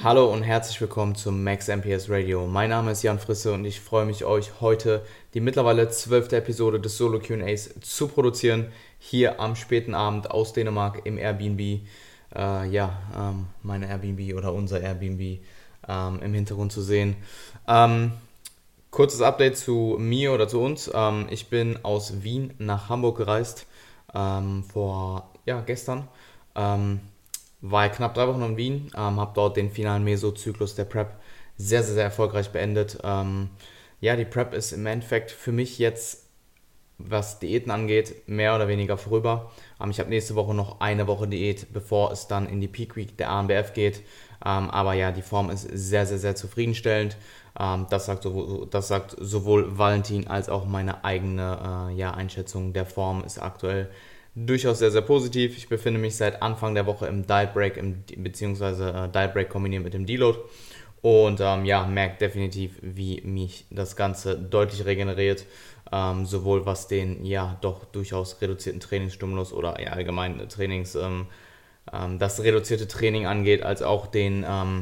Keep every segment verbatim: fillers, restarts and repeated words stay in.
Hallo und herzlich willkommen zum Max M P S Radio. Mein Name ist Jan Frisse und ich freue mich, euch heute die mittlerweile zwölfte Episode des Solo Q and A's zu produzieren. Hier am späten Abend aus Dänemark im Airbnb. Äh, ja, ähm, meine Airbnb oder unser Airbnb ähm, im Hintergrund zu sehen. Ähm, kurzes Update zu mir oder zu uns. Ähm, ich bin aus Wien nach Hamburg gereist ähm, vor, ja, gestern. Ähm, War knapp drei Wochen in Wien, ähm, habe dort den finalen Mesozyklus der Prep sehr, sehr, sehr erfolgreich beendet. Ähm, ja, die Prep ist im Endeffekt für mich jetzt, was Diäten angeht, mehr oder weniger vorüber. Ähm, ich habe nächste Woche noch eine Woche Diät, bevor es dann in die Peak Week der A N B F geht. Ähm, aber ja, die Form ist sehr, sehr, sehr zufriedenstellend. Ähm, das, sagt sowohl, das sagt sowohl Valentin als auch meine eigene äh, ja, Einschätzung der Form ist aktuell durchaus sehr, sehr positiv. Ich befinde mich seit Anfang der Woche im Diet Break, im, beziehungsweise äh, Diet Break kombiniert mit dem Deload. Und ähm, ja, merkt definitiv, wie mich das Ganze deutlich regeneriert. Ähm, sowohl was den ja doch durchaus reduzierten Trainingsstimulus oder ja, allgemein Trainings, ähm, ähm, das reduzierte Training angeht, als auch den ähm,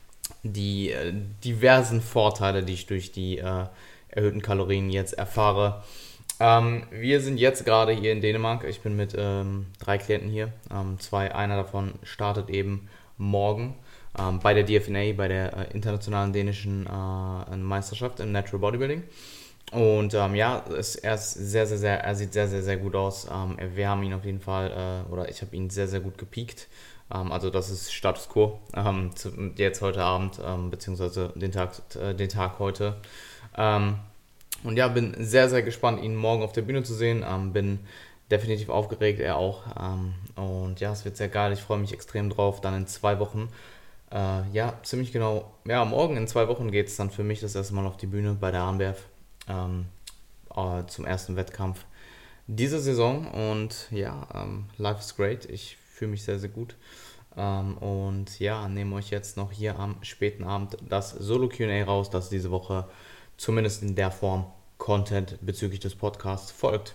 die äh, diversen Vorteile, die ich durch die äh, erhöhten Kalorien jetzt erfahre. Ähm, wir sind jetzt gerade hier in Dänemark. Ich bin mit ähm, drei Klienten hier. Ähm, zwei, einer davon startet eben morgen ähm, bei der D F N A, bei der äh, internationalen dänischen äh, Meisterschaft im Natural Bodybuilding. Und ähm, ja, es, er ist sehr, sehr, sehr, er sieht sehr, sehr, sehr gut aus. Ähm, wir haben ihn auf jeden Fall, äh, oder ich habe ihn sehr, sehr gut gepiekt. Ähm, also das ist Status Quo ähm, zu, jetzt heute Abend, ähm, beziehungsweise den Tag, äh, den Tag heute. Ähm, Und ja, bin sehr, sehr gespannt, ihn morgen auf der Bühne zu sehen. Ähm, bin definitiv aufgeregt, er auch. Ähm, und ja, es wird sehr geil. Ich freue mich extrem drauf. Dann in zwei Wochen, äh, ja, ziemlich genau, ja, morgen in zwei Wochen geht es dann für mich das erste Mal auf die Bühne bei der A N B F ähm, äh, zum ersten Wettkampf dieser Saison. Und ja, ähm, life is great. Ich fühle mich sehr, sehr gut. Ähm, und ja, nehme euch jetzt noch hier am späten Abend das Solo Q and A raus, das diese Woche zumindest in der Form Content bezüglich des Podcasts folgt.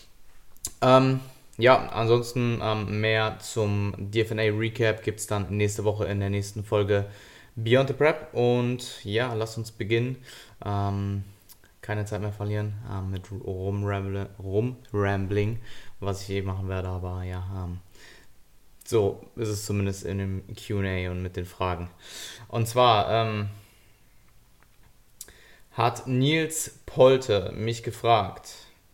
Ähm, ja, ansonsten ähm, mehr zum D F N A Recap gibt es dann nächste Woche in der nächsten Folge Beyond the Prep. Und ja, lasst uns beginnen. Ähm, keine Zeit mehr verlieren ähm, mit Rumrambling, Rumrambling, was ich eh machen werde, aber ja, ähm, so ist es zumindest in dem Q and A und mit den Fragen. Und zwar, ähm, hat Nils Polte mich gefragt: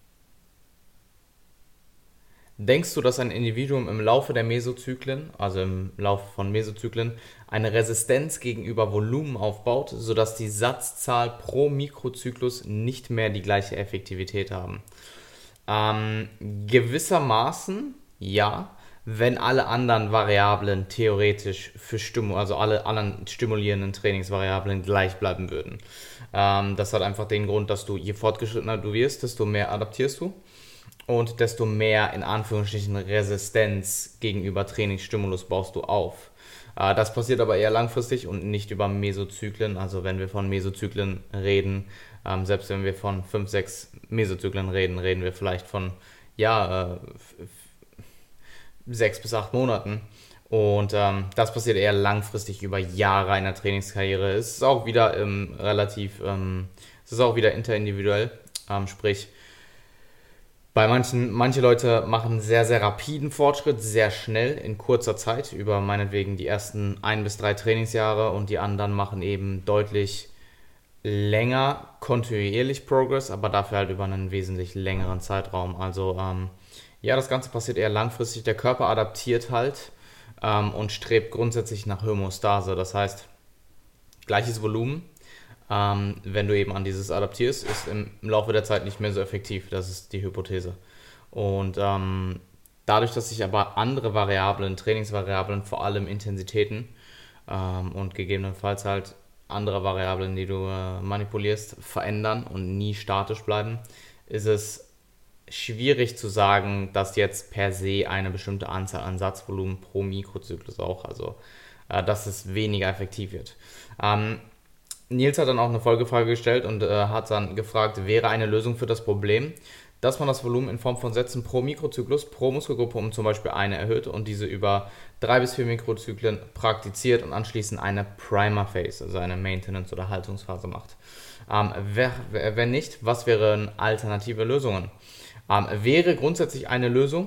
Denkst du, dass ein Individuum im Laufe der Mesozyklen, also im Laufe von Mesozyklen, eine Resistenz gegenüber Volumen aufbaut, sodass die Satzzahl pro Mikrozyklus nicht mehr die gleiche Effektivität haben? Ähm, gewissermaßen ja, wenn alle anderen Variablen theoretisch für Stimmung, also alle anderen stimulierenden Trainingsvariablen gleich bleiben würden. Ähm, das hat einfach den Grund, dass du, je fortgeschrittener du wirst, desto mehr adaptierst du und desto mehr in Anführungsstrichen Resistenz gegenüber Trainingsstimulus baust du auf. Äh, das passiert aber eher langfristig und nicht über Mesozyklen. Also wenn wir von Mesozyklen reden, ähm, selbst wenn wir von fünf, sechs Mesozyklen reden, reden wir vielleicht von ja, äh, sechs bis acht Monaten. Und ähm, das passiert eher langfristig über Jahre einer Trainingskarriere. Es ist auch wieder ähm, relativ, ähm, es ist auch wieder interindividuell. Ähm, sprich, bei manchen, manche Leute machen sehr, sehr rapiden Fortschritt, sehr schnell, in kurzer Zeit, über meinetwegen die ersten ein bis drei Trainingsjahre, und die anderen machen eben deutlich länger, kontinuierlich Progress, aber dafür halt über einen wesentlich längeren Zeitraum. Also ähm, ja, das Ganze passiert eher langfristig. Der Körper adaptiert halt ähm, und strebt grundsätzlich nach Homöostase. Das heißt, gleiches Volumen, ähm, wenn du eben an dieses adaptierst, ist im Laufe der Zeit nicht mehr so effektiv. Das ist die Hypothese. Und ähm, dadurch, dass sich aber andere Variablen, Trainingsvariablen, vor allem Intensitäten ähm, und gegebenenfalls halt andere Variablen, die du äh, manipulierst, verändern und nie statisch bleiben, ist es schwierig zu sagen, dass jetzt per se eine bestimmte Anzahl an Satzvolumen pro Mikrozyklus auch, also äh, dass es weniger effektiv wird. Ähm, Nils hat dann auch eine Folgefrage gestellt und äh, hat dann gefragt, wäre eine Lösung für das Problem, dass man das Volumen in Form von Sätzen pro Mikrozyklus, pro Muskelgruppe um zum Beispiel eine erhöht und diese über drei bis vier Mikrozyklen praktiziert und anschließend eine Primer Phase, also eine Maintenance- oder Haltungsphase macht. Ähm, wer, wenn nicht, was wären alternative Lösungen? Ähm, wäre grundsätzlich eine Lösung,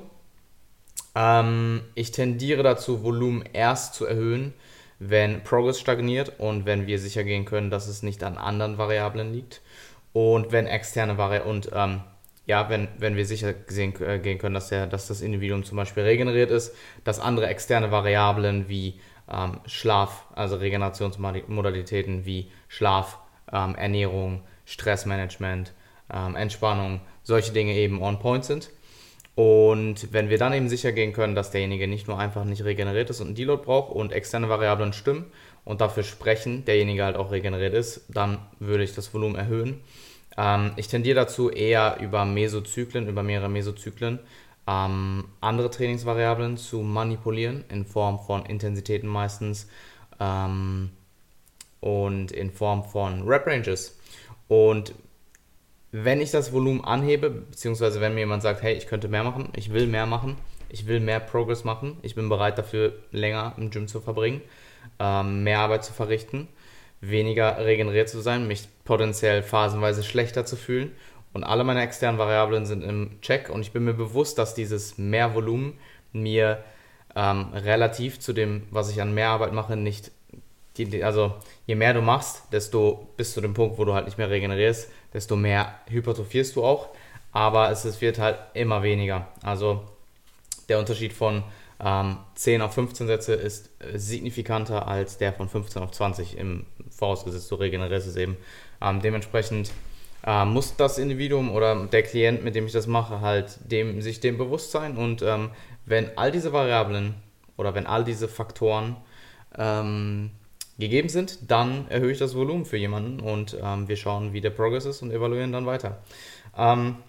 ähm, ich tendiere dazu, Volumen erst zu erhöhen, wenn Progress stagniert und wenn wir sicher gehen können, dass es nicht an anderen Variablen liegt und wenn externe Variablen und ähm, ja, wenn, wenn wir sicher sehen, äh, gehen können, dass, der, dass das Individuum zum Beispiel regeneriert ist, dass andere externe Variablen wie ähm, Schlaf, also Regenerationsmodalitäten wie Schlaf, ähm, Ernährung, Stressmanagement, ähm, Entspannung, solche Dinge eben on point sind. Und wenn wir dann eben sicher gehen können, dass derjenige nicht nur einfach nicht regeneriert ist und einen Deload braucht und externe Variablen stimmen und dafür sprechen, derjenige halt auch regeneriert ist, dann würde ich das Volumen erhöhen. Ähm, ich tendiere dazu eher über Mesozyklen, über mehrere Mesozyklen, ähm, andere Trainingsvariablen zu manipulieren, in Form von Intensitäten meistens ähm, und in Form von Rep-Ranges. Und wenn ich das Volumen anhebe, beziehungsweise wenn mir jemand sagt, hey, ich könnte mehr machen, ich will mehr machen, ich will mehr Progress machen, ich bin bereit dafür, länger im Gym zu verbringen, ähm, mehr Arbeit zu verrichten, weniger regeneriert zu sein, mich potenziell phasenweise schlechter zu fühlen und alle meine externen Variablen sind im Check und ich bin mir bewusst, dass dieses mehr Volumen mir ähm, relativ zu dem, was ich an Mehrarbeit mache, nicht die, also je mehr du machst, desto bis zu dem Punkt, wo du halt nicht mehr regenerierst, desto mehr hypertrophierst du auch, aber es, es wird halt immer weniger. Also der Unterschied von ähm, zehn auf fünfzehn Sätze ist signifikanter als der von fünfzehn auf zwanzig, im vorausgesetzt du regenerierst es eben. Ähm, dementsprechend äh, muss das Individuum oder der Klient, mit dem ich das mache, halt dem, sich dem bewusst sein und ähm, wenn all diese Variablen oder wenn all diese Faktoren ähm, gegeben sind, dann erhöhe ich das Volumen für jemanden und ähm, wir schauen, wie der Progress ist und evaluieren dann weiter. Ähm,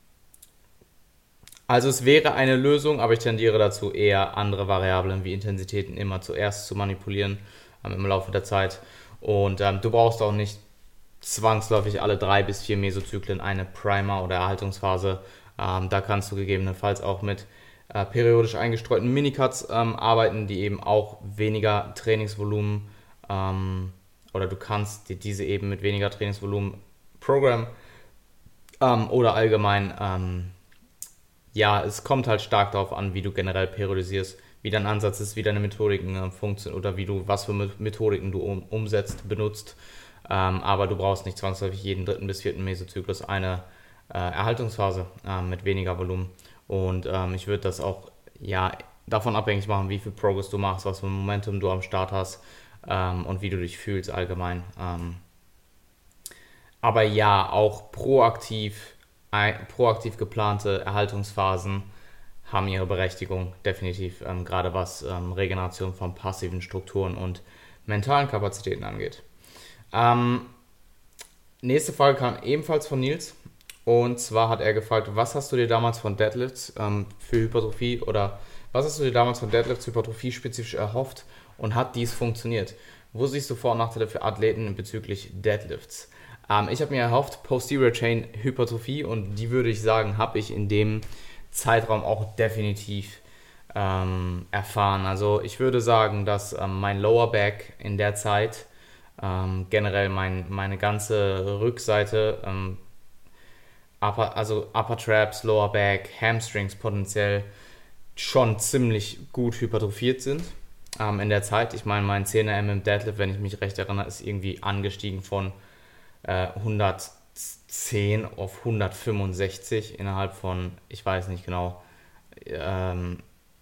also es wäre eine Lösung, aber ich tendiere dazu, eher andere Variablen wie Intensitäten immer zuerst zu manipulieren ähm, im Laufe der Zeit. Und ähm, du brauchst auch nicht zwangsläufig alle drei bis vier Mesozyklen eine Primer- oder Erhaltungsphase. Ähm, da kannst du gegebenenfalls auch mit äh, periodisch eingestreuten Minicuts ähm, arbeiten, die eben auch weniger Trainingsvolumen ähm, oder du kannst dir diese eben mit weniger Trainingsvolumen programmen ähm, oder allgemein, ähm, ja, es kommt halt stark darauf an, wie du generell periodisierst, wie dein Ansatz ist, wie deine Methodiken äh, funktionieren oder wie du, was für Methodiken du um, umsetzt, benutzt. Ähm, aber du brauchst nicht zwangsläufig jeden dritten bis vierten Mesozyklus eine äh, Erhaltungsphase äh, mit weniger Volumen. Und ähm, ich würde das auch ja, davon abhängig machen, wie viel Progress du machst, was für ein Momentum du am Start hast ähm, und wie du dich fühlst allgemein. Ähm, aber ja, auch proaktiv, ein, proaktiv geplante Erhaltungsphasen haben ihre Berechtigung, definitiv, ähm, gerade was ähm, Regeneration von passiven Strukturen und mentalen Kapazitäten angeht. Ähm, nächste Frage kam ebenfalls von Nils. Und zwar hat er gefragt, was hast du dir damals von Deadlifts ähm, für Hypertrophie oder was hast du dir damals von Deadlifts Hypertrophie spezifisch erhofft und hat dies funktioniert? Wo siehst du Vor- und Nachteile für Athleten bezüglich Deadlifts? Ähm, ich habe mir erhofft Posterior Chain Hypertrophie und die würde ich sagen, habe ich in dem Zeitraum auch definitiv ähm, erfahren. Also ich würde sagen, dass ähm, mein Lower Back in der Zeit, ähm, generell mein, meine ganze Rückseite, ähm, Upper, also Upper Traps, Lower Back, Hamstrings potenziell schon ziemlich gut hypertrophiert sind ähm, in der Zeit. Ich meine, mein zehn R M im Deadlift, wenn ich mich recht erinnere, ist irgendwie angestiegen von äh, hundertzehn auf hundertfünfundsechzig innerhalb von, ich weiß nicht genau, ähm,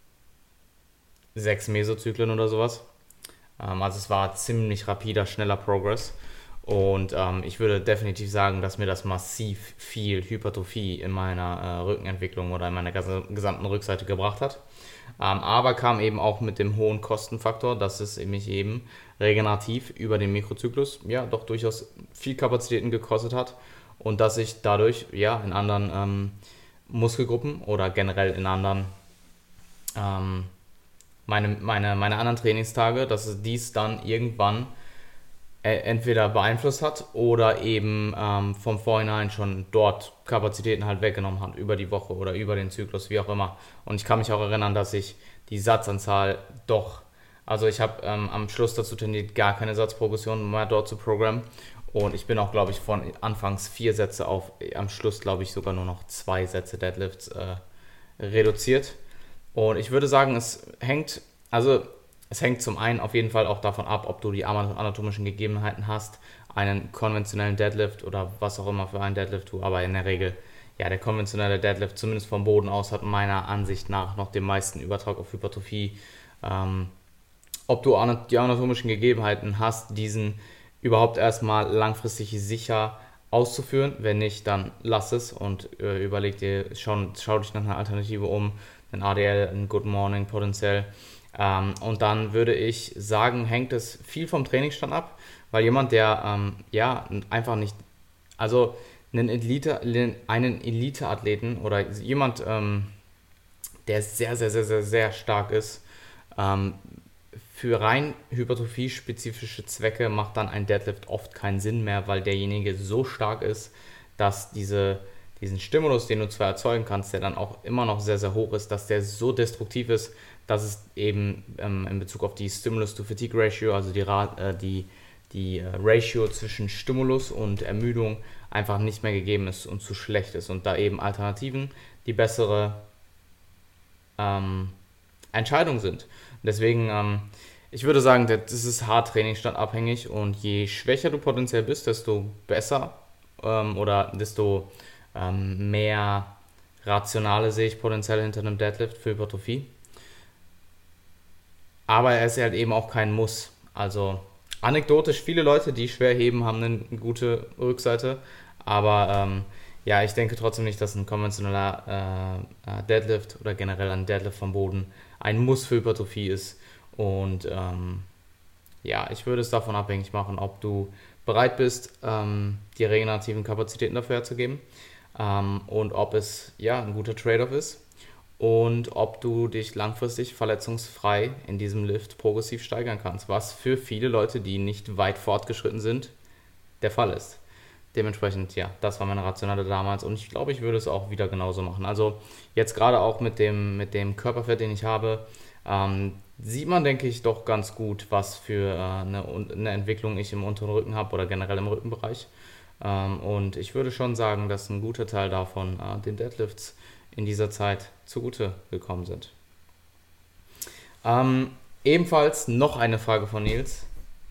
sechs Mesozyklen oder sowas. Ähm, also es war ziemlich rapider, schneller Progress. Und ähm, ich würde definitiv sagen, dass mir das massiv viel Hypertrophie in meiner äh, Rückenentwicklung oder in meiner gas- gesamten Rückseite gebracht hat. Ähm, aber kam eben auch mit dem hohen Kostenfaktor, dass es mich eben regenerativ über den Mikrozyklus ja doch durchaus viel Kapazitäten gekostet hat und dass ich dadurch ja in anderen ähm, Muskelgruppen oder generell in anderen ähm, meine, meine, meine anderen Trainingstage, dass es dies dann irgendwann äh, entweder beeinflusst hat oder eben ähm, vom Vorhinein schon dort Kapazitäten halt weggenommen hat, über die Woche oder über den Zyklus, wie auch immer. Und ich kann mich auch erinnern, dass ich die Satzanzahl doch, also ich habe ähm, am Schluss dazu tendiert, gar keine Satzprogression mehr dort zu programmen. Und ich bin auch, glaube ich, von anfangs vier Sätze auf am Schluss, glaube ich, sogar nur noch zwei Sätze Deadlifts äh, reduziert. Und ich würde sagen, es hängt, also es hängt zum einen auf jeden Fall auch davon ab, ob du die anatomischen Gegebenheiten hast, einen konventionellen Deadlift oder was auch immer für einen Deadlift du, aber in der Regel, ja, der konventionelle Deadlift, zumindest vom Boden aus, hat meiner Ansicht nach noch den meisten Übertrag auf Hypertrophie. Ähm, ob du die anatomischen Gegebenheiten hast, diesen überhaupt erstmal langfristig sicher auszuführen. Wenn nicht, dann lass es und äh, überleg dir, schau, schau dich nach einer Alternative um, ein A D L, ein Good Morning potenziell. Ähm, und dann würde ich sagen, hängt es viel vom Trainingsstand ab, weil jemand, der ähm, ja einfach nicht, also einen Elite, einen Elite-Athleten oder jemand, ähm, der sehr, sehr, sehr, sehr, sehr stark ist, ähm, für rein hypertrophie-spezifische Zwecke macht dann ein Deadlift oft keinen Sinn mehr, weil derjenige so stark ist, dass diese, diesen Stimulus, den du zwar erzeugen kannst, der dann auch immer noch sehr, sehr hoch ist, dass der so destruktiv ist, dass es eben ähm, in Bezug auf die Stimulus-to-Fatigue-Ratio, also die, äh, die, die äh, Ratio zwischen Stimulus und Ermüdung einfach nicht mehr gegeben ist und zu schlecht ist und da eben Alternativen die bessere ähm, Entscheidung sind. Deswegen, ähm, ich würde sagen, das ist hart trainingsstandabhängig und je schwächer du potenziell bist, desto besser ähm, oder desto ähm, mehr Rationale sehe ich potenziell hinter einem Deadlift für Hypertrophie. Aber er ist halt eben auch kein Muss. Also anekdotisch, viele Leute, die schwer heben, haben eine gute Rückseite. Aber ähm, ja, ich denke trotzdem nicht, dass ein konventioneller äh, Deadlift oder generell ein Deadlift vom Boden ein Muss für Hypertrophie ist. Und ähm, ja, ich würde es davon abhängig machen, ob du bereit bist, ähm, die regenerativen Kapazitäten dafür herzugeben ähm, und ob es ja ein guter Trade-off ist und ob du dich langfristig verletzungsfrei in diesem Lift progressiv steigern kannst, was für viele Leute, die nicht weit fortgeschritten sind, der Fall ist. Dementsprechend, ja, das war meine Rationale damals und ich glaube, ich würde es auch wieder genauso machen. Also jetzt gerade auch mit dem, mit dem Körperfett, den ich habe, ähm, sieht man, denke ich, doch ganz gut, was für äh, eine, eine Entwicklung ich im unteren Rücken habe oder generell im Rückenbereich. Ähm, und ich würde schon sagen, dass ein guter Teil davon äh, den Deadlifts in dieser Zeit zugute gekommen sind. Ähm, ebenfalls noch eine Frage von Nils.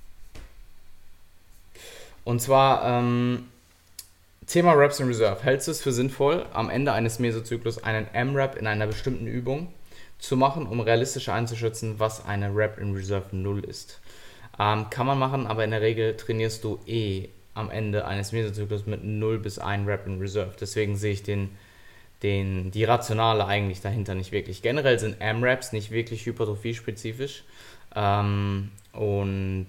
Und zwar ähm, Thema Reps in Reserve. Hältst du es für sinnvoll, am Ende eines Mesozyklus einen M-Rep in einer bestimmten Übung zu machen, um realistisch einzuschätzen, was eine Rep in Reserve null ist? Ähm, kann man machen, aber in der Regel trainierst du eh am Ende eines Mesozyklus mit null bis ein Rep in Reserve. Deswegen sehe ich den, den, die Rationale eigentlich dahinter nicht wirklich. Generell sind M-Reps nicht wirklich hypertrophie-spezifisch. Ähm, und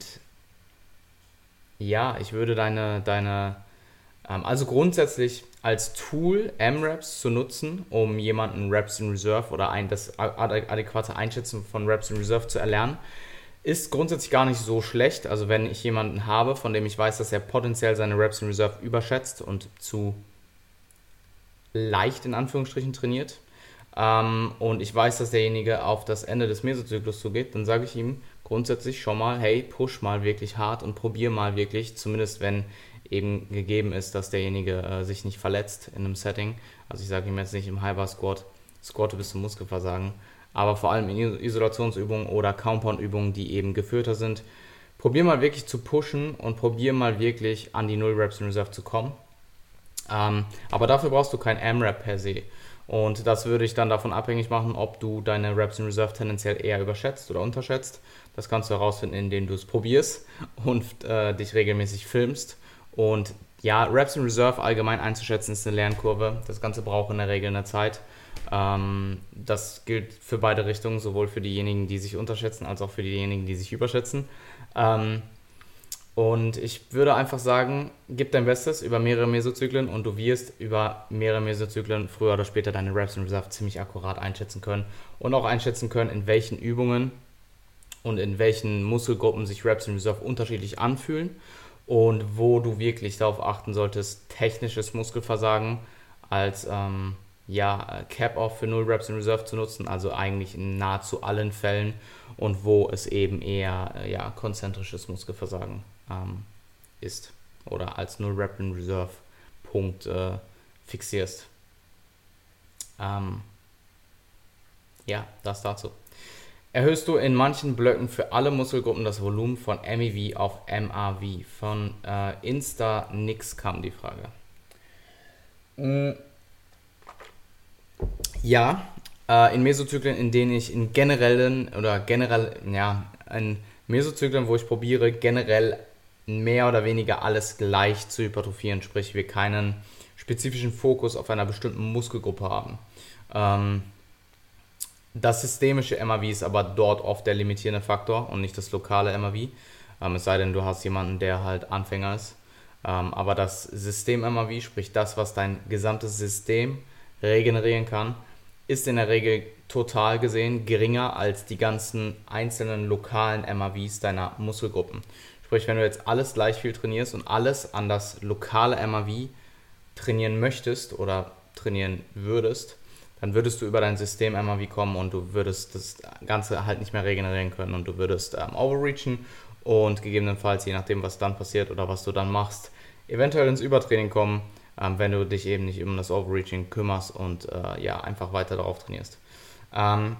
ja, ich würde deine, deine ähm, also grundsätzlich als Tool M-Reps zu nutzen, um jemanden Reps in Reserve oder ein, das adäquate Einschätzen von Reps in Reserve zu erlernen, ist grundsätzlich gar nicht so schlecht. Also wenn ich jemanden habe, von dem ich weiß, dass er potenziell seine Reps in Reserve überschätzt und zu leicht in Anführungsstrichen trainiert, ähm, und ich weiß, dass derjenige auf das Ende des Mesozyklus zugeht, dann sage ich ihm grundsätzlich schon mal, hey, push mal wirklich hart und probier mal wirklich, zumindest wenn eben gegeben ist, dass derjenige äh, sich nicht verletzt in einem Setting. Also ich sage ihm jetzt nicht im High-Bar Squat, squatte bis zum Muskelversagen, aber vor allem in Isolationsübungen oder Compound-Übungen, die eben geführter sind. Probier mal wirklich zu pushen und probier mal wirklich an die null Reps in Reserve zu kommen. Ähm, aber dafür brauchst du kein M-Rep per se. Und das würde ich dann davon abhängig machen, ob du deine Reps in Reserve tendenziell eher überschätzt oder unterschätzt. Das kannst du herausfinden, indem du es probierst und äh, dich regelmäßig filmst. Und ja, Reps in Reserve allgemein einzuschätzen ist eine Lernkurve. Das Ganze braucht in der Regel eine Zeit. Ähm, das gilt für beide Richtungen, sowohl für diejenigen, die sich unterschätzen, als auch für diejenigen, die sich überschätzen. Ähm, Und ich würde einfach sagen, gib dein Bestes über mehrere Mesozyklen und du wirst über mehrere Mesozyklen früher oder später deine Reps in Reserve ziemlich akkurat einschätzen können und auch einschätzen können, in welchen Übungen und in welchen Muskelgruppen sich Reps in Reserve unterschiedlich anfühlen und wo du wirklich darauf achten solltest, technisches Muskelversagen als ähm, ja, Cap-Off für null Reps in Reserve zu nutzen, also eigentlich in nahezu allen Fällen, und wo es eben eher ja, konzentrisches Muskelversagen ähm, ist oder als null Rep in Reserve Punkt äh, fixierst. Ähm, ja, das dazu. Erhöhst du in manchen Blöcken für alle Muskelgruppen das Volumen von M E V auf M A V? Von äh, Insta Nix kam die Frage. Ja, äh, in Mesozyklen, in denen ich in generellen oder generell, ja, in Mesozyklen, wo ich probiere, generell mehr oder weniger alles gleich zu hypertrophieren, sprich wir keinen spezifischen Fokus auf einer bestimmten Muskelgruppe haben. Ähm, das systemische M A V ist aber dort oft der limitierende Faktor und nicht das lokale M A V, ähm, es sei denn, du hast jemanden, der halt Anfänger ist. Ähm, aber das System-M A V, sprich das, was dein gesamtes System regenerieren kann, ist in der Regel total gesehen geringer als die ganzen einzelnen lokalen M A Vs deiner Muskelgruppen. Sprich, wenn du jetzt alles gleich viel trainierst und alles an das lokale M A V trainieren möchtest oder trainieren würdest, dann würdest du über dein System M A V kommen und du würdest das Ganze halt nicht mehr regenerieren können und du würdest ähm, overreachen und gegebenenfalls, je nachdem, was dann passiert oder was du dann machst, eventuell ins Übertraining kommen, ähm, wenn du dich eben nicht um das Overreaching kümmerst und äh, ja, einfach weiter darauf trainierst. Ähm,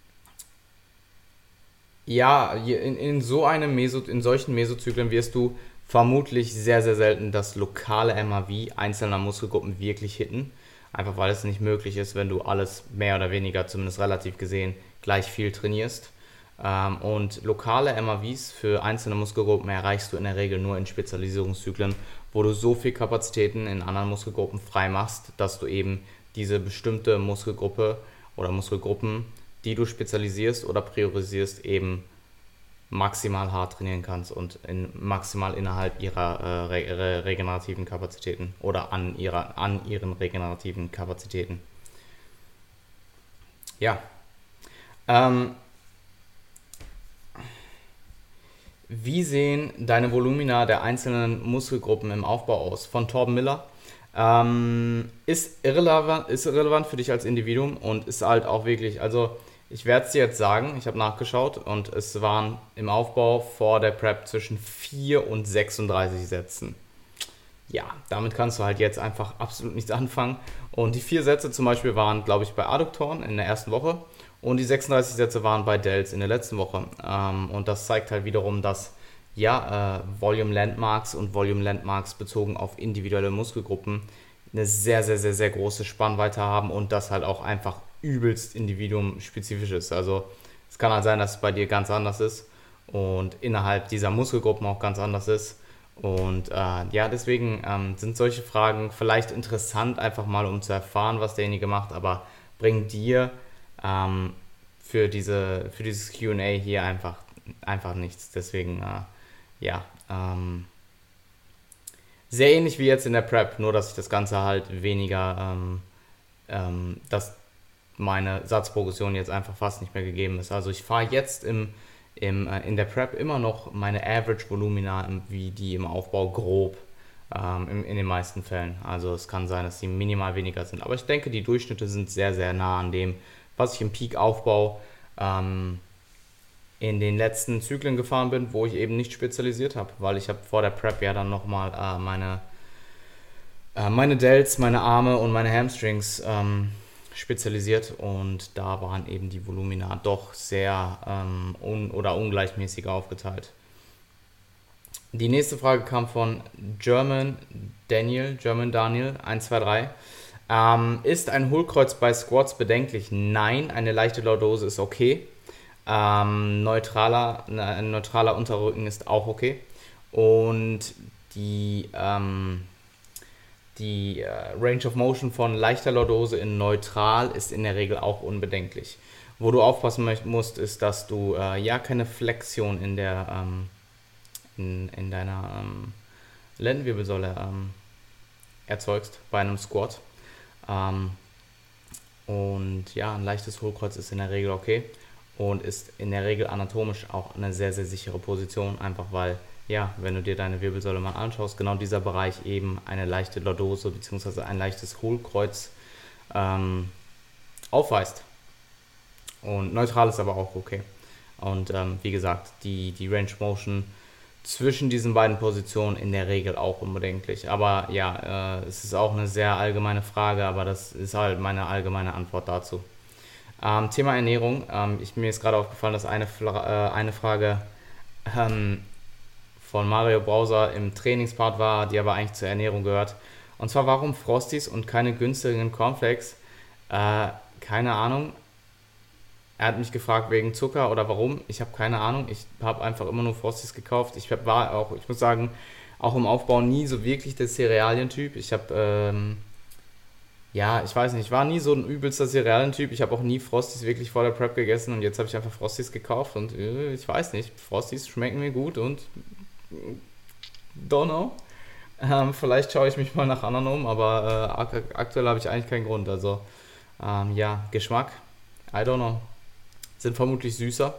ja, in, in so einem Meso, in solchen Mesozyklen wirst du vermutlich sehr, sehr selten das lokale M A V einzelner Muskelgruppen wirklich hitten. Einfach weil es nicht möglich ist, wenn du alles mehr oder weniger, zumindest relativ gesehen, gleich viel trainierst. Ähm, und lokale M A Vs für einzelne Muskelgruppen erreichst du in der Regel nur in Spezialisierungszyklen, wo du so viel Kapazitäten in anderen Muskelgruppen frei machst, dass du eben diese bestimmte Muskelgruppe oder Muskelgruppen, die du spezialisierst oder priorisierst, eben maximal hart trainieren kannst und in, maximal innerhalb ihrer äh, re regenerativen Kapazitäten oder an, ihrer, an ihren regenerativen Kapazitäten. Ja. Ähm, wie sehen deine Volumina der einzelnen Muskelgruppen im Aufbau aus? Von Torben Miller. Ähm, ist, irrelevant, ist irrelevant für dich als Individuum und ist halt auch wirklich, also ich werde es dir jetzt sagen, ich habe nachgeschaut und es waren im Aufbau vor der Prep zwischen vier und sechsunddreißig Sätzen. Ja, damit kannst du halt jetzt einfach absolut nichts anfangen. Und die vier Sätze zum Beispiel waren, glaube ich, bei Adduktoren in der ersten Woche und die sechsunddreißig Sätze waren bei Delts in der letzten Woche. Ähm, und das zeigt halt wiederum, dass ja, äh, Volume Landmarks und Volume Landmarks bezogen auf individuelle Muskelgruppen eine sehr, sehr, sehr, sehr große Spannweite haben und das halt auch einfach übelst individuumspezifisch ist. Also es kann halt sein, dass es bei dir ganz anders ist und innerhalb dieser Muskelgruppen auch ganz anders ist. Und äh, ja, deswegen ähm, sind solche Fragen vielleicht interessant, einfach mal um zu erfahren, was derjenige macht, aber bringen dir ähm, für, diese, für dieses Q und A hier einfach, einfach nichts. Deswegen, äh, ja, ähm, sehr ähnlich wie jetzt in der Prep, nur dass ich das Ganze halt weniger, ähm, ähm, dass meine Satzprogression jetzt einfach fast nicht mehr gegeben ist. Also ich fahre jetzt im, im, äh, in der Prep immer noch meine Average Volumina wie die im Aufbau grob ähm, in, in den meisten Fällen. Also es kann sein, dass sie minimal weniger sind. Aber ich denke, die Durchschnitte sind sehr, sehr nah an dem, was ich im Peak-Aufbau ähm, in den letzten Zyklen gefahren bin, wo ich eben nicht spezialisiert habe, weil ich habe vor der Prep ja dann nochmal äh, meine, äh, meine Delts, meine Arme und meine Hamstrings ähm, spezialisiert und da waren eben die Volumina doch sehr ähm, un- oder ungleichmäßig aufgeteilt. Die nächste Frage kam von German Daniel, German Daniel eins zwei drei. Ähm, ist ein Hohlkreuz bei Squats bedenklich? Nein, eine leichte Lordose ist okay. Ähm, neutraler, ne, ein neutraler Unterrücken ist auch okay. Und die, ähm, die äh, Range of Motion von leichter Lordose in neutral ist in der Regel auch unbedenklich. Wo du aufpassen musst, ist, dass du äh, ja keine Flexion in der ähm, in, in deiner ähm, Lendenwirbelsäule ähm, erzeugst bei einem Squat. Ähm, und ja, ein leichtes Hohlkreuz ist in der Regel okay. und ist in der Regel anatomisch auch eine sehr, sehr sichere Position, einfach weil, ja, wenn du dir deine Wirbelsäule mal anschaust, genau dieser Bereich eben eine leichte Lordose bzw. ein leichtes Hohlkreuz ähm, aufweist. Und neutral ist aber auch okay. Und ähm, wie gesagt, die, die Range Motion zwischen diesen beiden Positionen in der Regel auch unbedenklich. Aber ja, äh, es ist auch eine sehr allgemeine Frage, aber das ist halt meine allgemeine Antwort dazu. Ähm, Thema Ernährung. Ähm, ich, mir ist gerade aufgefallen, dass eine, Fra- äh, eine Frage ähm, von Mario Browser im Trainingspart war, die aber eigentlich zur Ernährung gehört. Und zwar, warum Frosties und keine günstigen Cornflakes? Äh, keine Ahnung. Er hat mich gefragt wegen Zucker oder warum. Ich habe keine Ahnung. Ich habe einfach immer nur Frosties gekauft. Ich hab, war auch, ich muss sagen, auch im Aufbau nie so wirklich der Cerealientyp. Ich habe, ähm, ja, ich weiß nicht, ich war nie so ein übelster Cerealientyp. Ich habe auch nie Frosties wirklich vor der Prep gegessen und jetzt habe ich einfach Frosties gekauft und äh, ich weiß nicht, Frosties schmecken mir gut und don't know. Ähm, vielleicht schaue ich mich mal nach anderen um, aber äh, ak aktuell habe ich eigentlich keinen Grund. Also, ähm, ja, Geschmack, I don't know. Sind vermutlich süßer.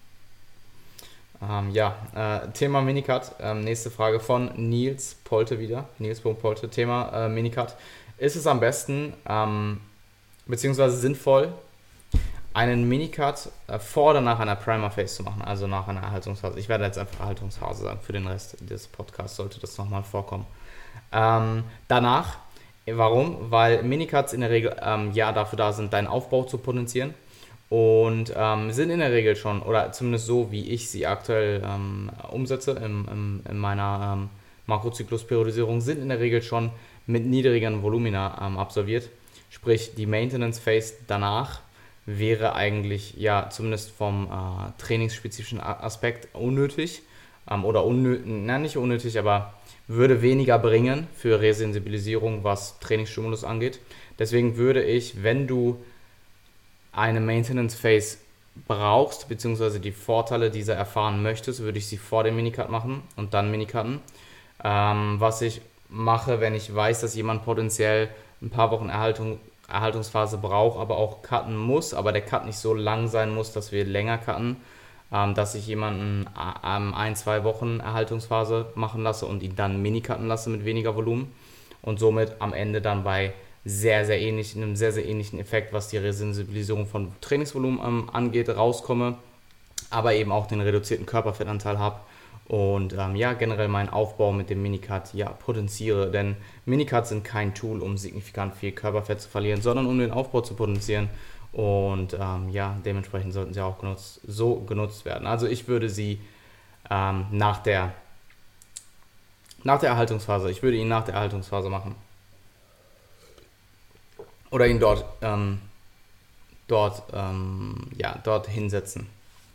Ähm, ja, äh, Thema Minicut. Ähm, nächste Frage von Nils Polte wieder. Nils.Polte. Thema äh, Minicut. Ist es am besten, ähm, beziehungsweise sinnvoll, einen Minicut äh, vor oder nach einer Primer Phase zu machen, also nach einer Erhaltungsphase? Ich werde jetzt einfach Erhaltungsphase sagen. Für den Rest des Podcasts sollte das nochmal vorkommen. Ähm, danach, warum? Weil Minicuts in der Regel ähm, ja dafür da sind, deinen Aufbau zu potenzieren. Und ähm, sind in der Regel schon, oder zumindest so, wie ich sie aktuell ähm, umsetze im, im, in meiner ähm, Makrozyklus-Periodisierung, sind in der Regel schon mit niedrigeren Volumina ähm, absolviert. Sprich, die Maintenance Phase danach wäre eigentlich, ja, zumindest vom äh, trainingsspezifischen Aspekt unnötig. Ähm, oder unnötig, na nicht unnötig, aber würde weniger bringen für Resensibilisierung, was Trainingsstimulus angeht. Deswegen würde ich, wenn du eine Maintenance Phase brauchst, beziehungsweise die Vorteile dieser erfahren möchtest, würde ich sie vor dem Minicut machen und dann Minicutten. Ähm, was ich mache, wenn ich weiß, dass jemand potenziell ein paar Wochen Erhaltung, Erhaltungsphase braucht, aber auch cutten muss, aber der Cut nicht so lang sein muss, dass wir länger cutten, ähm, dass ich jemanden ähm, ein, zwei Wochen Erhaltungsphase machen lasse und ihn dann Minicutten lasse mit weniger Volumen und somit am Ende dann bei sehr, sehr ähnlich, einem sehr, sehr ähnlichen Effekt, was die Resensibilisierung von Trainingsvolumen ähm, angeht, rauskomme, aber eben auch den reduzierten Körperfettanteil habe und ähm, ja, generell meinen Aufbau mit dem Minicut ja potenziere, denn Minicuts sind kein Tool, um signifikant viel Körperfett zu verlieren, sondern um den Aufbau zu potenzieren und ähm, ja, dementsprechend sollten sie auch genutzt, so genutzt werden. Also ich würde sie ähm, nach der nach der Erhaltungsphase, ich würde ihn nach der Erhaltungsphase machen. Oder ihn dort, ähm, dort, ähm, ja, dort hinsetzen.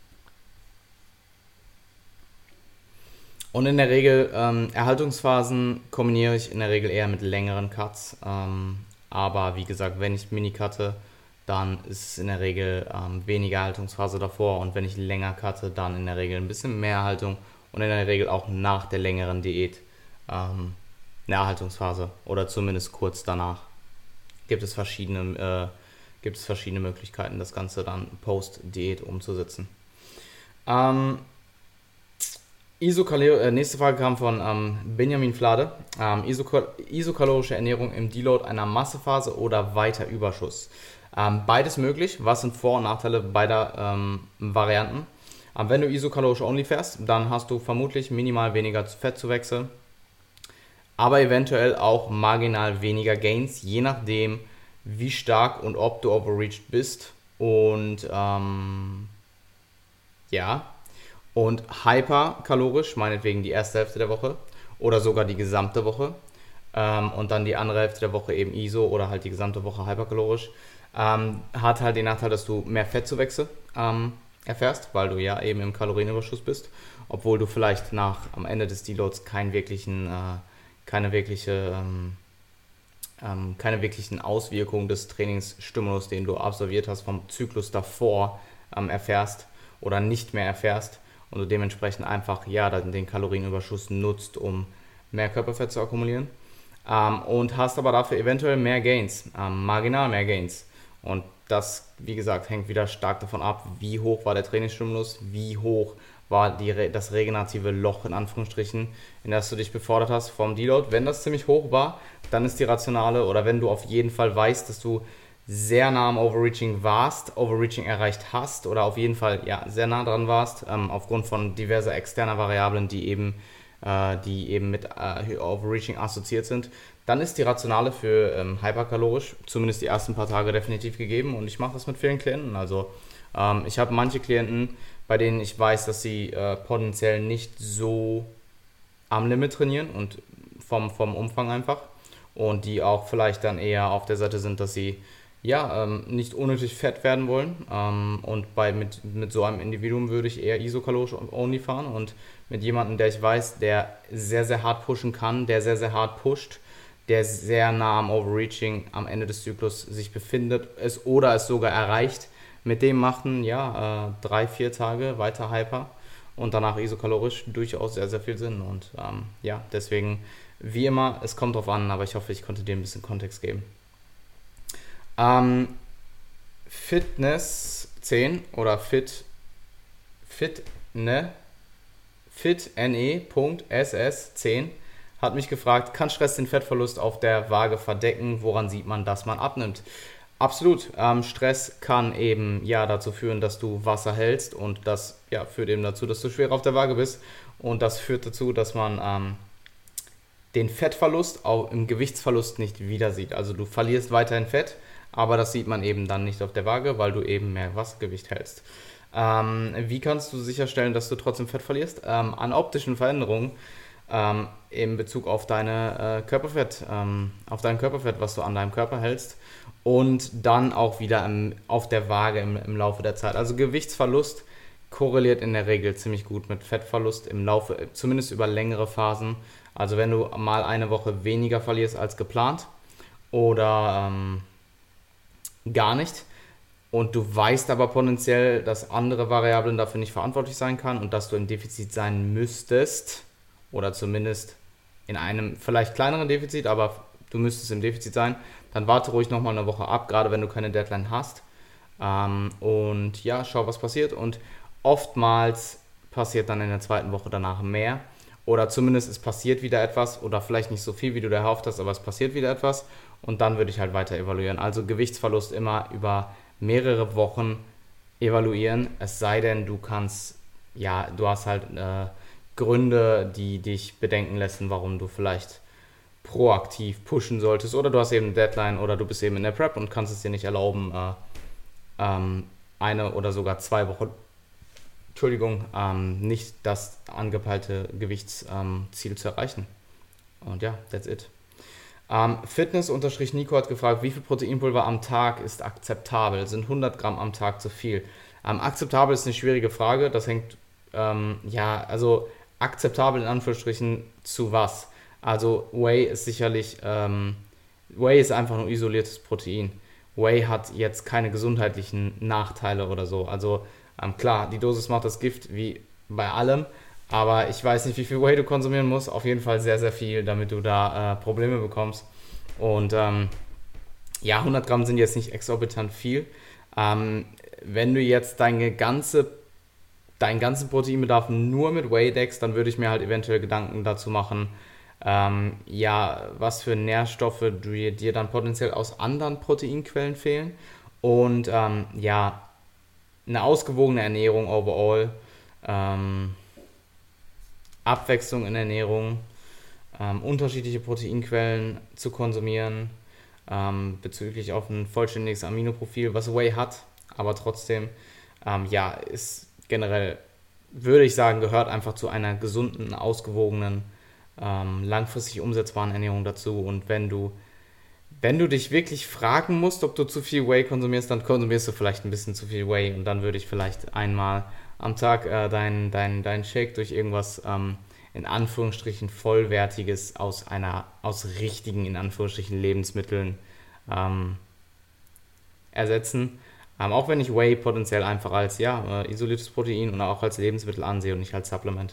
Und in der Regel, ähm, Erhaltungsphasen kombiniere ich in der Regel eher mit längeren Cuts. Ähm, aber wie gesagt, wenn ich Mini cutte, dann ist es in der Regel ähm, weniger Erhaltungsphase davor. Und wenn ich länger cutte, dann in der Regel ein bisschen mehr Erhaltung. Und in der Regel auch nach der längeren Diät ähm, eine Erhaltungsphase. Oder zumindest kurz danach. Gibt es verschiedene, äh, gibt es verschiedene Möglichkeiten, das Ganze dann post-Diät umzusetzen. Ähm, Isokal- äh, nächste Frage kam von ähm, Benjamin Flade. Ähm, isokal- isokalorische Ernährung im Deload einer Massephase oder weiter Überschuss. Ähm, beides möglich. Was sind Vor- und Nachteile beider ähm, Varianten? Ähm, wenn du isokalorisch only fährst, dann hast du vermutlich minimal weniger Fettzuwächse, aber eventuell auch marginal weniger Gains, je nachdem, wie stark und ob du overreached bist. Und ähm, ja, und hyperkalorisch, meinetwegen die erste Hälfte der Woche oder sogar die gesamte Woche. Ähm, und dann die andere Hälfte der Woche eben I S O oder halt die gesamte Woche hyperkalorisch. Ähm, hat halt den Nachteil, dass du mehr Fettzuwächse ähm, erfährst, weil du ja eben im Kalorienüberschuss bist, obwohl du vielleicht nach am Ende des Deloads keinen wirklichen äh, keine wirkliche ähm, ähm, keine wirklichen Auswirkungen des Trainingsstimulus, den du absolviert hast, vom Zyklus davor ähm, erfährst oder nicht mehr erfährst und du dementsprechend einfach ja den Kalorienüberschuss nutzt, um mehr Körperfett zu akkumulieren ähm, und hast aber dafür eventuell mehr Gains, ähm, marginal mehr Gains und das, wie gesagt, hängt wieder stark davon ab, wie hoch war der Trainingsstimulus, wie hoch war die, das regenerative Loch in Anführungsstrichen, in das du dich befordert hast vom Deload. Wenn das ziemlich hoch war, dann ist die rationale, oder wenn du auf jeden Fall weißt, dass du sehr nah am Overreaching warst, Overreaching erreicht hast oder auf jeden Fall ja, sehr nah dran warst, ähm, aufgrund von diverser externer Variablen, die eben, äh, die eben mit äh, Overreaching assoziiert sind, dann ist die Rationale für ähm, hyperkalorisch zumindest die ersten paar Tage definitiv gegeben, und ich mache das mit vielen Klienten. Also ähm, ich habe manche Klienten, bei denen ich weiß, dass sie äh, potenziell nicht so am Limit trainieren und vom, vom Umfang einfach, und die auch vielleicht dann eher auf der Seite sind, dass sie ja ähm, nicht unnötig fett werden wollen, ähm, und bei mit, mit so einem Individuum würde ich eher isokalorisch only fahren, und mit jemandem, der ich weiß, der sehr, sehr hart pushen kann, der sehr, sehr hart pusht, der sehr nah am Overreaching am Ende des Zyklus sich befindet, es oder es sogar erreicht, mit dem machten ja äh, drei, vier Tage weiter Hyper und danach isokalorisch durchaus sehr, sehr viel Sinn. Und ähm, ja, deswegen, wie immer, es kommt drauf an, aber ich hoffe, ich konnte dir ein bisschen Kontext geben. Ähm, Fitness zehn oder Fit, Fit, ne, fitne.ss zehn hat mich gefragt, kann Stress den Fettverlust auf der Waage verdecken? Woran sieht man, dass man abnimmt? Absolut. Ähm, Stress kann eben ja dazu führen, dass du Wasser hältst, und das ja, führt eben dazu, dass du schwer auf der Waage bist, und das führt dazu, dass man ähm, den Fettverlust auch im Gewichtsverlust nicht wieder sieht. Also du verlierst weiterhin Fett, aber das sieht man eben dann nicht auf der Waage, weil du eben mehr Wassergewicht hältst. Ähm, wie kannst du sicherstellen, dass du trotzdem Fett verlierst? Ähm, an optischen Veränderungen ähm, in Bezug auf deine äh, Körperfett, ähm, auf dein Körperfett, was du an deinem Körper hältst, und dann auch wieder im, auf der Waage im, im Laufe der Zeit. Also Gewichtsverlust korreliert in der Regel ziemlich gut mit Fettverlust im Laufe, zumindest über längere Phasen. Also wenn du mal eine Woche weniger verlierst als geplant oder ähm, gar nicht, und du weißt aber potenziell, dass andere Variablen dafür nicht verantwortlich sein kann und dass du im Defizit sein müsstest, oder zumindest in einem vielleicht kleineren Defizit, aber du müsstest im Defizit sein, dann warte ruhig nochmal eine Woche ab, gerade wenn du keine Deadline hast. Ähm, und ja, schau, was passiert. Und oftmals passiert dann in der zweiten Woche danach mehr. Oder zumindest es passiert wieder etwas, oder vielleicht nicht so viel, wie du dir erhofft hast, aber es passiert wieder etwas. Und dann würde ich halt weiter evaluieren. Also Gewichtsverlust immer über mehrere Wochen evaluieren. Es sei denn, du kannst, ja, du hast halt äh, Gründe, die dich bedenken lassen, warum du vielleicht proaktiv pushen solltest, oder du hast eben eine Deadline, oder du bist eben in der Prep und kannst es dir nicht erlauben, äh, ähm, eine oder sogar zwei Wochen, Entschuldigung, ähm, nicht das angepeilte Gewichtsziel ähm, zu erreichen. Und ja, that's it. Ähm, Fitness-Nico hat gefragt, wie viel Proteinpulver am Tag ist akzeptabel? Sind hundert Gramm am Tag zu viel? Ähm, akzeptabel ist eine schwierige Frage. Das hängt, ähm, ja, also akzeptabel in Anführungsstrichen zu was? Also Whey ist sicherlich, ähm, Whey ist einfach nur isoliertes Protein. Whey hat jetzt keine gesundheitlichen Nachteile oder so. Also ähm, klar, die Dosis macht das Gift wie bei allem, aber ich weiß nicht, wie viel Whey du konsumieren musst. Auf jeden Fall sehr, sehr viel, damit du da äh, Probleme bekommst. Und ähm, ja, hundert Gramm sind jetzt nicht exorbitant viel. Ähm, wenn du jetzt deine ganze, deinen ganzen Proteinbedarf nur mit Whey deckst, dann würde ich mir halt eventuell Gedanken dazu machen, ähm, ja, was für Nährstoffe dir, dir dann potenziell aus anderen Proteinquellen fehlen. Und ähm, ja, eine ausgewogene Ernährung overall, ähm, Abwechslung in Ernährung, ähm, unterschiedliche Proteinquellen zu konsumieren, ähm, bezüglich auf ein vollständiges Aminoprofil, was Whey hat, aber trotzdem, ähm, ja, ist generell, würde ich sagen, gehört einfach zu einer gesunden, ausgewogenen, ähm, langfristig umsetzbaren Ernährung dazu. Und wenn du Wenn du dich wirklich fragen musst, ob du zu viel Whey konsumierst, dann konsumierst du vielleicht ein bisschen zu viel Whey, und dann würde ich vielleicht einmal am Tag äh, deinen dein, dein Shake durch irgendwas ähm, in Anführungsstrichen vollwertiges aus einer, aus richtigen, in Anführungsstrichen, Lebensmitteln ähm, ersetzen. Ähm, auch wenn ich Whey potenziell einfach als ja, äh, isoliertes Protein und auch als Lebensmittel ansehe und nicht als Supplement.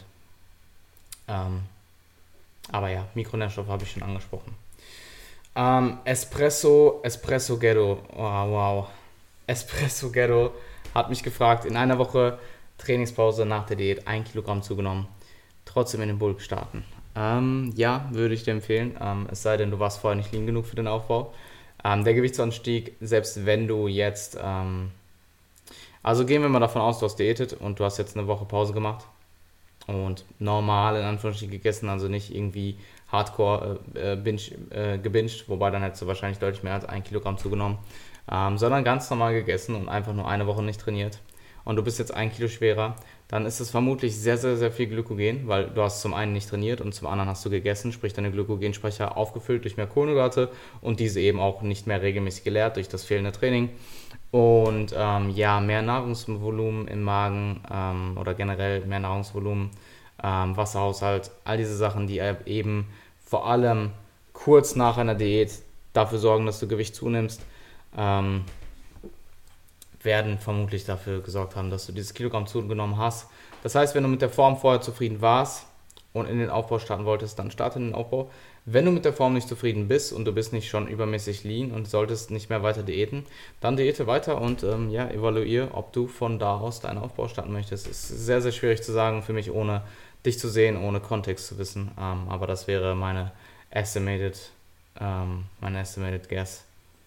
Ähm, aber ja, Mikronährstoffe habe ich schon angesprochen. Ähm, Espresso, Espresso Ghetto, oh, wow. Espresso Ghetto hat mich gefragt, in einer Woche Trainingspause nach der Diät ein Kilogramm zugenommen, trotzdem in den Bulk starten. Ähm, ja, würde ich dir empfehlen, ähm, es sei denn, du warst vorher nicht lean genug für den Aufbau. Ähm, der Gewichtsanstieg, selbst wenn du jetzt, ähm, also gehen wir mal davon aus, du hast diätet und du hast jetzt eine Woche Pause gemacht und normal in Anführungsstrichen gegessen, also nicht irgendwie hardcore äh, binge, äh, gebinged, wobei dann hättest du wahrscheinlich deutlich mehr als ein Kilogramm zugenommen, ähm, sondern ganz normal gegessen und einfach nur eine Woche nicht trainiert und du bist jetzt ein Kilo schwerer, dann ist es vermutlich sehr, sehr, sehr viel Glykogen, weil du hast zum einen nicht trainiert und zum anderen hast du gegessen, sprich deine Glykogenspeicher aufgefüllt durch mehr Kohlenhydrate und diese eben auch nicht mehr regelmäßig geleert durch das fehlende Training. Und ähm, ja, mehr Nahrungsvolumen im Magen ähm, oder generell mehr Nahrungsvolumen, ähm, Wasserhaushalt, all diese Sachen, die eben vor allem kurz nach einer Diät dafür sorgen, dass du Gewicht zunimmst, ähm, werden vermutlich dafür gesorgt haben, dass du dieses Kilogramm zugenommen hast. Das heißt, wenn du mit der Form vorher zufrieden warst und in den Aufbau starten wolltest, dann starte in den Aufbau. Wenn du mit der Form nicht zufrieden bist und du bist nicht schon übermäßig lean und solltest nicht mehr weiter diäten, dann diäte weiter und ähm, ja, evaluiere, ob du von da aus deinen Aufbau starten möchtest. Es ist sehr, sehr schwierig zu sagen für mich, ohne dich zu sehen, ohne Kontext zu wissen. Ähm, aber das wäre meine estimated, ähm, meine estimated guess.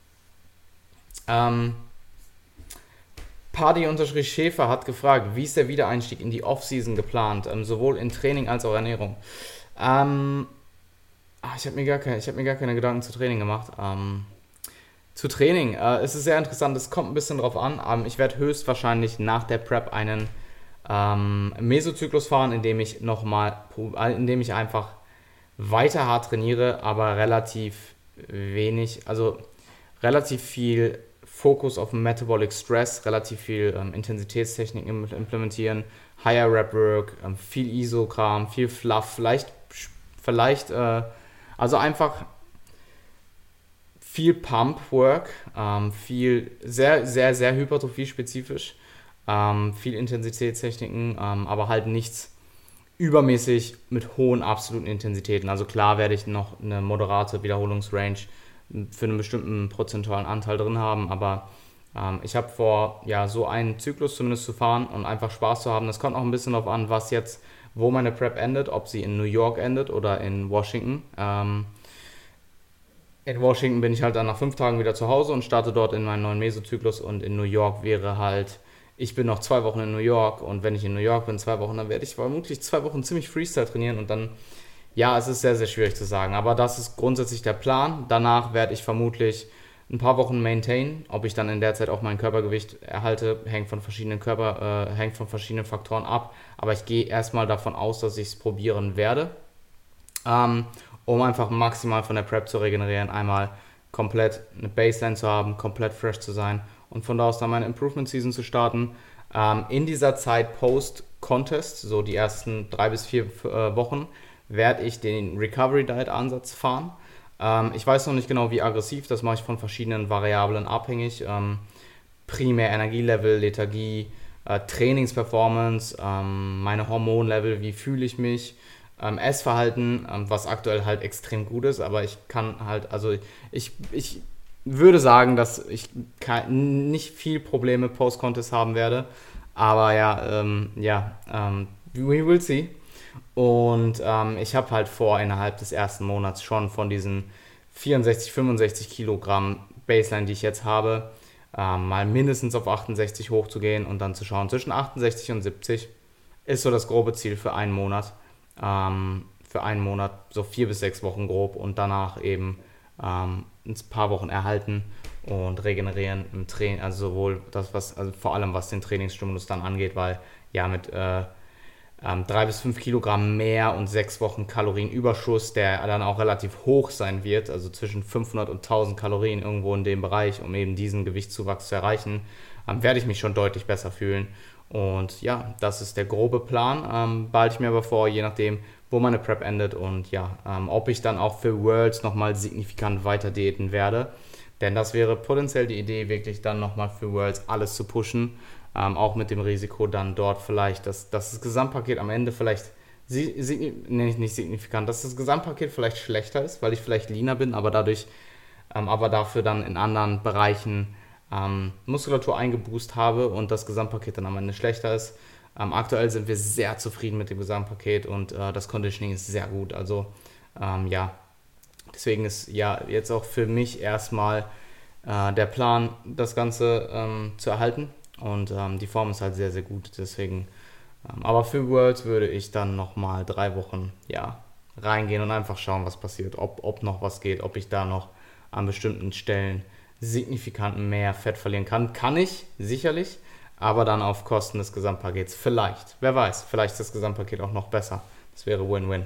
Ähm, Party-Schäfer hat gefragt, wie ist der Wiedereinstieg in die Off-Season geplant, ähm, sowohl in Training als auch Ernährung? Ähm, ach, ich habe mir, gar keine, ich hab mir gar keine Gedanken zu Training gemacht. Ähm, zu Training, äh, es ist sehr interessant, es kommt ein bisschen drauf an. Ähm, ich werde höchstwahrscheinlich nach der Prep einen ähm, Mesozyklus fahren, in dem ich nochmal, in dem ich einfach weiter hart trainiere, aber relativ wenig, also relativ viel Fokus auf Metabolic Stress, relativ viel ähm, Intensitätstechniken implementieren, Higher Rep Work, ähm, viel I S O-Kram, viel Fluff, vielleicht, vielleicht äh, also einfach viel Pump Work, ähm, viel, sehr, sehr, sehr hypertrophie-spezifisch, ähm, viel Intensitätstechniken, ähm, aber halt nichts übermäßig mit hohen absoluten Intensitäten. Also klar werde ich noch eine moderate Wiederholungsrange für einen bestimmten prozentualen Anteil drin haben, aber ähm, ich habe vor, ja, so einen Zyklus zumindest zu fahren und einfach Spaß zu haben. Das kommt auch ein bisschen darauf an, was jetzt, wo meine Prep endet, ob sie in New York endet oder in Washington. Ähm, in Washington bin ich halt dann nach fünf Tagen wieder zu Hause und starte dort in meinen neuen Mesozyklus und in New York wäre halt, ich bin noch zwei Wochen in New York und wenn ich in New York bin, zwei Wochen, dann werde ich vermutlich zwei Wochen ziemlich Freestyle trainieren und dann, ja, es ist sehr, sehr schwierig zu sagen, aber das ist grundsätzlich der Plan. Danach werde ich vermutlich ein paar Wochen maintain. Ob ich dann in der Zeit auch mein Körpergewicht erhalte, hängt von verschiedenen Körper, äh, hängt von verschiedenen Faktoren ab. Aber ich gehe erstmal davon aus, dass ich es probieren werde, ähm, um einfach maximal von der Prep zu regenerieren. Einmal komplett eine Baseline zu haben, komplett fresh zu sein und von da aus dann meine Improvement Season zu starten. Ähm, in dieser Zeit Post-Contest, so die ersten drei bis vier äh, Wochen, werde ich den Recovery Diet Ansatz fahren. Ähm, ich weiß noch nicht genau, wie aggressiv, das mache ich von verschiedenen Variablen abhängig. Ähm, primär Energielevel, Lethargie, äh, Trainingsperformance, ähm, meine Hormonlevel, wie fühle ich mich, ähm, Essverhalten, ähm, was aktuell halt extrem gut ist, aber ich kann halt, also ich, ich würde sagen, dass ich kein, nicht viel Probleme Post-Contest haben werde, aber ja, ähm, ja, ähm, we will see. Und ähm, ich habe halt vor, innerhalb des ersten Monats schon von diesen vierundsechzig, fünfundsechzig Kilogramm Baseline, die ich jetzt habe, ähm, mal mindestens auf achtundsechzig hochzugehen und dann zu schauen, zwischen achtundsechzig und siebzig ist so das grobe Ziel für einen Monat. Ähm, für einen Monat so vier bis sechs Wochen grob und danach eben ähm, ein paar Wochen erhalten und regenerieren im Training, also sowohl das, was, also vor allem was den Trainingsstimulus dann angeht, weil ja mit äh, ähm, drei bis fünf Kilogramm mehr und sechs Wochen Kalorienüberschuss, der dann auch relativ hoch sein wird, also zwischen fünfhundert und tausend Kalorien irgendwo in dem Bereich, um eben diesen Gewichtszuwachs zu erreichen, ähm, werde ich mich schon deutlich besser fühlen. Und ja, das ist der grobe Plan. Ähm, behalte ich mir aber vor, je nachdem, wo meine Prep endet und ja, ähm, ob ich dann auch für Worlds nochmal signifikant weiter diäten werde. Denn das wäre potenziell die Idee, wirklich dann nochmal für Worlds alles zu pushen. Ähm, auch mit dem Risiko dann dort vielleicht, dass, dass das Gesamtpaket am Ende vielleicht, nee, nicht signifikant, dass das Gesamtpaket vielleicht schlechter ist, weil ich vielleicht leaner bin, aber dadurch, ähm, aber dafür dann in anderen Bereichen ähm, Muskulatur eingeboost habe und das Gesamtpaket dann am Ende schlechter ist. Ähm, aktuell sind wir sehr zufrieden mit dem Gesamtpaket und äh, das Conditioning ist sehr gut. Also ähm, ja, deswegen ist ja jetzt auch für mich erstmal äh, der Plan, das Ganze ähm, zu erhalten. Und ähm, die Form ist halt sehr, sehr gut. Deswegen, ähm, aber für Worlds würde ich dann nochmal drei Wochen ja, reingehen und einfach schauen, was passiert. Ob, ob noch was geht, ob ich da noch an bestimmten Stellen signifikant mehr Fett verlieren kann. Kann ich, sicherlich, aber dann auf Kosten des Gesamtpakets. Vielleicht, wer weiß, vielleicht ist das Gesamtpaket auch noch besser. Das wäre Win-Win.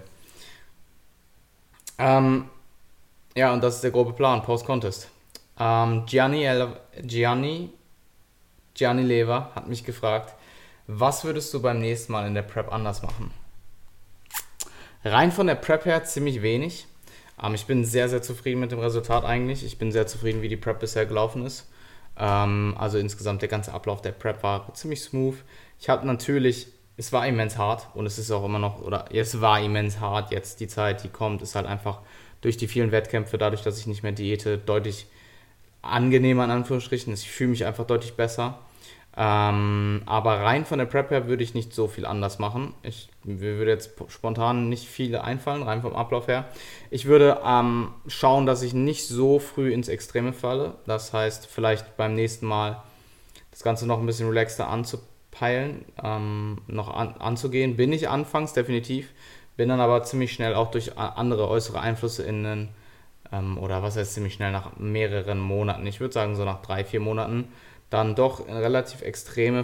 Ähm, ja, und das ist der grobe Plan, Post-Contest. Ähm, Gianni, Ele- Gianni, Gianni Lever hat mich gefragt, was würdest du beim nächsten Mal in der Prep anders machen? Rein von der Prep her ziemlich wenig. Ähm, ich bin sehr, sehr zufrieden mit dem Resultat eigentlich. Ich bin sehr zufrieden, wie die Prep bisher gelaufen ist. Ähm, also insgesamt der ganze Ablauf der Prep war ziemlich smooth. Ich habe natürlich, es war immens hart und es ist auch immer noch, oder es war immens hart jetzt. Die Zeit, die kommt, ist halt einfach durch die vielen Wettkämpfe, dadurch, dass ich nicht mehr diete, deutlich angenehmer in Anführungsstrichen. Ich fühle mich einfach deutlich besser. Ähm, aber rein von der Prep her würde ich nicht so viel anders machen. Ich mir würde jetzt spontan nicht viele einfallen, rein vom Ablauf her. Ich würde ähm, schauen, dass ich nicht so früh ins Extreme falle. Das heißt, vielleicht beim nächsten Mal das Ganze noch ein bisschen relaxter anzupeilen, ähm, noch an, anzugehen. Bin ich anfangs definitiv, bin dann aber ziemlich schnell auch durch andere äußere Einflüsse in einen, ähm, oder was heißt ziemlich schnell, nach mehreren Monaten, ich würde sagen so nach drei, vier Monaten, dann doch in relativ extreme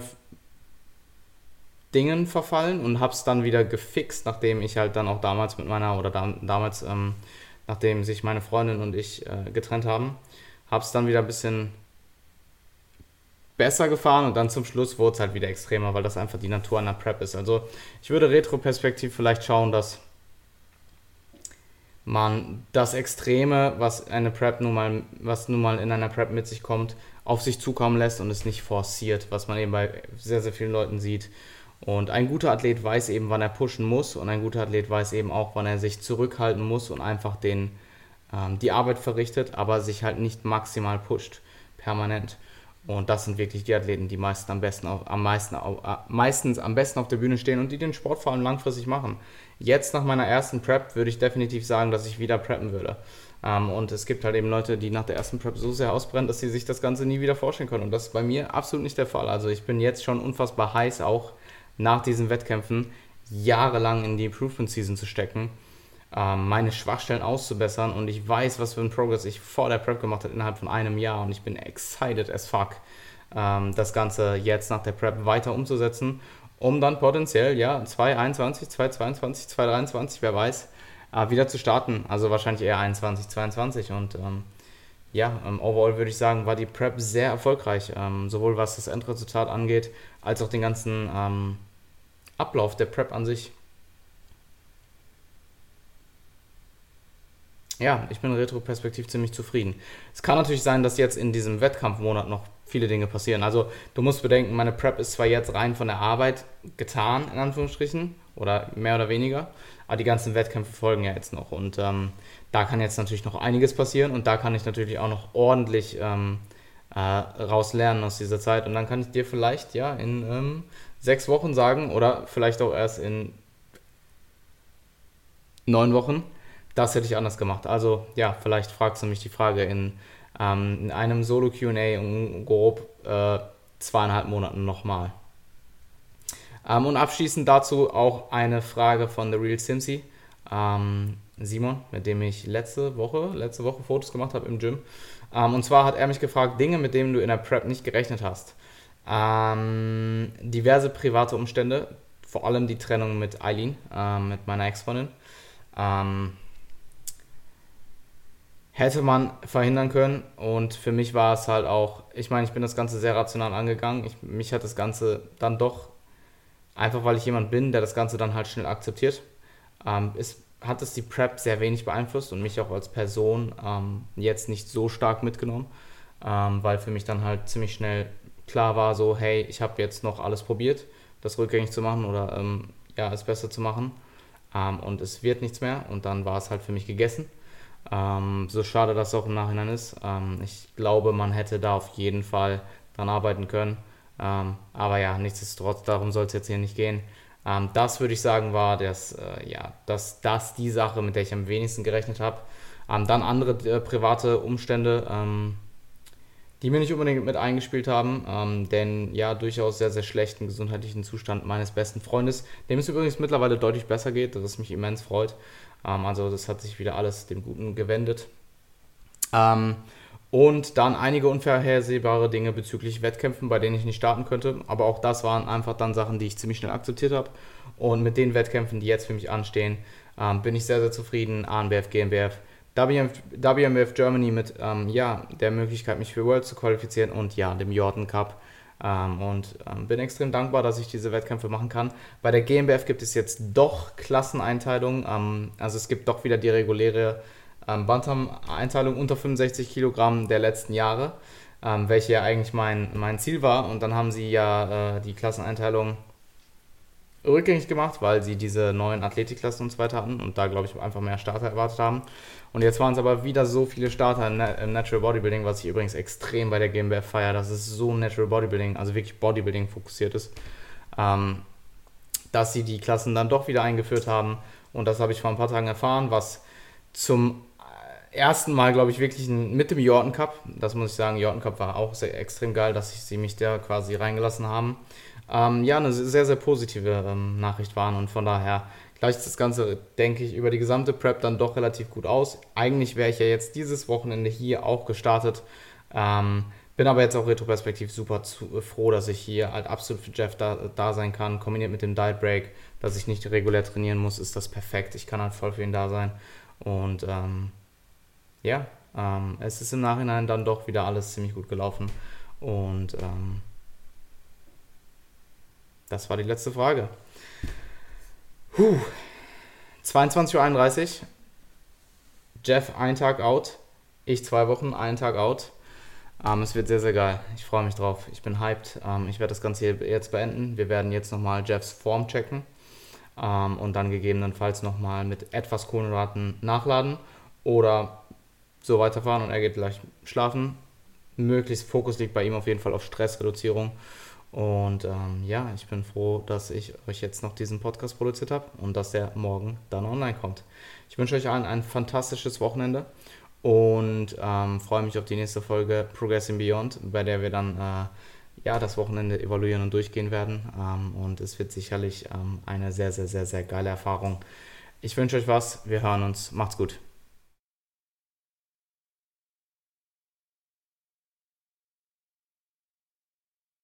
Dingen verfallen und habe es dann wieder gefixt, nachdem ich halt dann auch damals mit meiner, oder dam, damals, ähm, nachdem sich meine Freundin und ich äh, getrennt haben, habe es dann wieder ein bisschen besser gefahren und dann zum Schluss wurde es halt wieder extremer, weil das einfach die Natur einer Prep ist. Also ich würde retroperspektiv vielleicht schauen, dass man das Extreme, was eine Prep nun mal, was nun mal in einer Prep mit sich kommt, auf sich zukommen lässt und es nicht forciert, was man eben bei sehr, sehr vielen Leuten sieht. Und ein guter Athlet weiß eben, wann er pushen muss und ein guter Athlet weiß eben auch, wann er sich zurückhalten muss und einfach den, ähm, die Arbeit verrichtet, aber sich halt nicht maximal pusht, permanent. Und das sind wirklich die Athleten, die meistens am besten, auf, am meisten, auf, äh, meistens am besten auf der Bühne stehen und die den Sport vor allem langfristig machen. Jetzt nach meiner ersten Prep würde ich definitiv sagen, dass ich wieder preppen würde. Ähm, und es gibt halt eben Leute, die nach der ersten Prep so sehr ausbrennen, dass sie sich das Ganze nie wieder vorstellen können. Und das ist bei mir absolut nicht der Fall. Also ich bin jetzt schon unfassbar heiß, auch nach diesen Wettkämpfen jahrelang in die Improvement Season zu stecken, ähm, meine Schwachstellen auszubessern und ich weiß, was für ein Progress ich vor der Prep gemacht habe innerhalb von einem Jahr und ich bin excited as fuck, ähm, das Ganze jetzt nach der Prep weiter umzusetzen, um dann potenziell, ja, zwanzig einundzwanzig, zwanzig zweiundzwanzig, zwanzig dreiundzwanzig, wer weiß, äh, wieder zu starten, also wahrscheinlich eher einundzwanzig, zweiundzwanzig und ähm, ja, ähm, overall würde ich sagen, war die Prep sehr erfolgreich, ähm, sowohl was das Endresultat angeht, als auch den ganzen ähm, Ablauf der Prep an sich. Ja, ich bin retroperspektiv ziemlich zufrieden. Es kann natürlich sein, dass jetzt in diesem Wettkampfmonat noch viele Dinge passieren. Also du musst bedenken, meine Prep ist zwar jetzt rein von der Arbeit getan, in Anführungsstrichen, oder mehr oder weniger, aber die ganzen Wettkämpfe folgen ja jetzt noch. Und ähm, da kann jetzt natürlich noch einiges passieren und da kann ich natürlich auch noch ordentlich ähm, äh, raus lernen aus dieser Zeit. Und dann kann ich dir vielleicht ja in ähm, sechs Wochen sagen oder vielleicht auch erst in neun Wochen, das hätte ich anders gemacht. Also ja, vielleicht fragst du mich die Frage in, ähm, in einem Solo-Q und A um grob äh, zweieinhalb Monaten nochmal. Ähm, und abschließend dazu auch eine Frage von The Real Simsy, ähm, Simon, mit dem ich letzte Woche, letzte Woche Fotos gemacht habe im Gym. Ähm, und zwar hat er mich gefragt, Dinge, mit denen du in der Prep nicht gerechnet hast. Ähm, diverse private Umstände, vor allem die Trennung mit Eileen, ähm, mit meiner Ex-Freundin. Ähm, hätte man verhindern können und für mich war es halt auch, ich meine, ich bin das Ganze sehr rational angegangen. Ich, mich hat das Ganze dann doch, einfach weil ich jemand bin, der das Ganze dann halt schnell akzeptiert, ähm, ist, hat es die Prep sehr wenig beeinflusst und mich auch als Person ähm, jetzt nicht so stark mitgenommen, ähm, weil für mich dann halt ziemlich schnell klar war, so hey, ich habe jetzt noch alles probiert, das rückgängig zu machen oder ähm, ja, es besser zu machen, ähm, und es wird nichts mehr und dann war es halt für mich gegessen. Ähm, so schade das auch im Nachhinein ist. Ähm, ich glaube, man hätte da auf jeden Fall dran arbeiten können. Ähm, aber ja, nichtsdestotrotz, darum soll es jetzt hier nicht gehen. Ähm, das würde ich sagen, war das, äh, ja, das, das die Sache, mit der ich am wenigsten gerechnet habe. Ähm, dann andere äh, private Umstände, ähm, die mir nicht unbedingt mit eingespielt haben, ähm, denn ja, durchaus sehr, sehr schlechten gesundheitlichen Zustand meines besten Freundes, dem es übrigens mittlerweile deutlich besser geht, das mich immens freut. Ähm, also das hat sich wieder alles dem Guten gewendet. Ähm, und dann einige unvorhersehbare Dinge bezüglich Wettkämpfen, bei denen ich nicht starten könnte. Aber auch das waren einfach dann Sachen, die ich ziemlich schnell akzeptiert habe. Und mit den Wettkämpfen, die jetzt für mich anstehen, ähm, bin ich sehr, sehr zufrieden. A N B F, G N B F, W M B F Germany mit ähm, ja, der Möglichkeit, mich für Worlds zu qualifizieren und ja, dem Jordan Cup. Ähm, und ähm, bin extrem dankbar, dass ich diese Wettkämpfe machen kann. Bei der G M B F gibt es jetzt doch Klasseneinteilungen. Ähm, also es gibt doch wieder die reguläre ähm, Bantam-Einteilung unter fünfundsechzig Kilogramm der letzten Jahre, ähm, welche ja eigentlich mein, mein Ziel war. Und dann haben sie ja äh, die Klasseneinteilung rückgängig gemacht, weil sie diese neuen Athletikklassen und so weiter hatten und da, glaube ich, einfach mehr Starter erwartet haben. Und jetzt waren es aber wieder so viele Starter im Natural Bodybuilding, was ich übrigens extrem bei der G M B F feiere, dass es so Natural Bodybuilding, also wirklich Bodybuilding fokussiert ist, ähm, dass sie die Klassen dann doch wieder eingeführt haben. Und das habe ich vor ein paar Tagen erfahren, was zum ersten Mal, glaube ich, wirklich mit dem Jordan Cup, das muss ich sagen, Jordan Cup war auch sehr extrem geil, dass sie mich da quasi reingelassen haben. Ähm, ja, eine sehr, sehr positive ähm, Nachricht waren und von daher gleicht das Ganze, denke ich, über die gesamte Prep dann doch relativ gut aus. Eigentlich wäre ich ja jetzt dieses Wochenende hier auch gestartet, ähm, bin aber jetzt auch retroperspektiv super zu, äh, froh, dass ich hier halt absolut für Jeff da, da sein kann, kombiniert mit dem Diet Break, dass ich nicht regulär trainieren muss, ist das perfekt. Ich kann halt voll für ihn da sein und ähm, ja, ähm, es ist im Nachhinein dann doch wieder alles ziemlich gut gelaufen und ähm, das war die letzte Frage. Puh. zweiundzwanzig Uhr einunddreißig. Jeff ein Tag out. Ich zwei Wochen, ein Tag out. Ähm, es wird sehr, sehr geil. Ich freue mich drauf. Ich bin hyped. Ähm, ich werde das Ganze hier jetzt beenden. Wir werden jetzt nochmal Jeffs Form checken. Ähm, und dann gegebenenfalls nochmal mit etwas Kohlenhydraten nachladen. Oder so weiterfahren und er geht gleich schlafen. Möglichst Fokus liegt bei ihm auf jeden Fall auf Stressreduzierung. Und ähm, ja, ich bin froh, dass ich euch jetzt noch diesen Podcast produziert habe und dass der morgen dann online kommt. Ich wünsche euch allen ein fantastisches Wochenende und ähm, freue mich auf die nächste Folge Progressing Beyond, bei der wir dann äh, ja, das Wochenende evaluieren und durchgehen werden. Ähm, und es wird sicherlich ähm, eine sehr, sehr, sehr, sehr geile Erfahrung. Ich wünsche euch was. Wir hören uns. Macht's gut.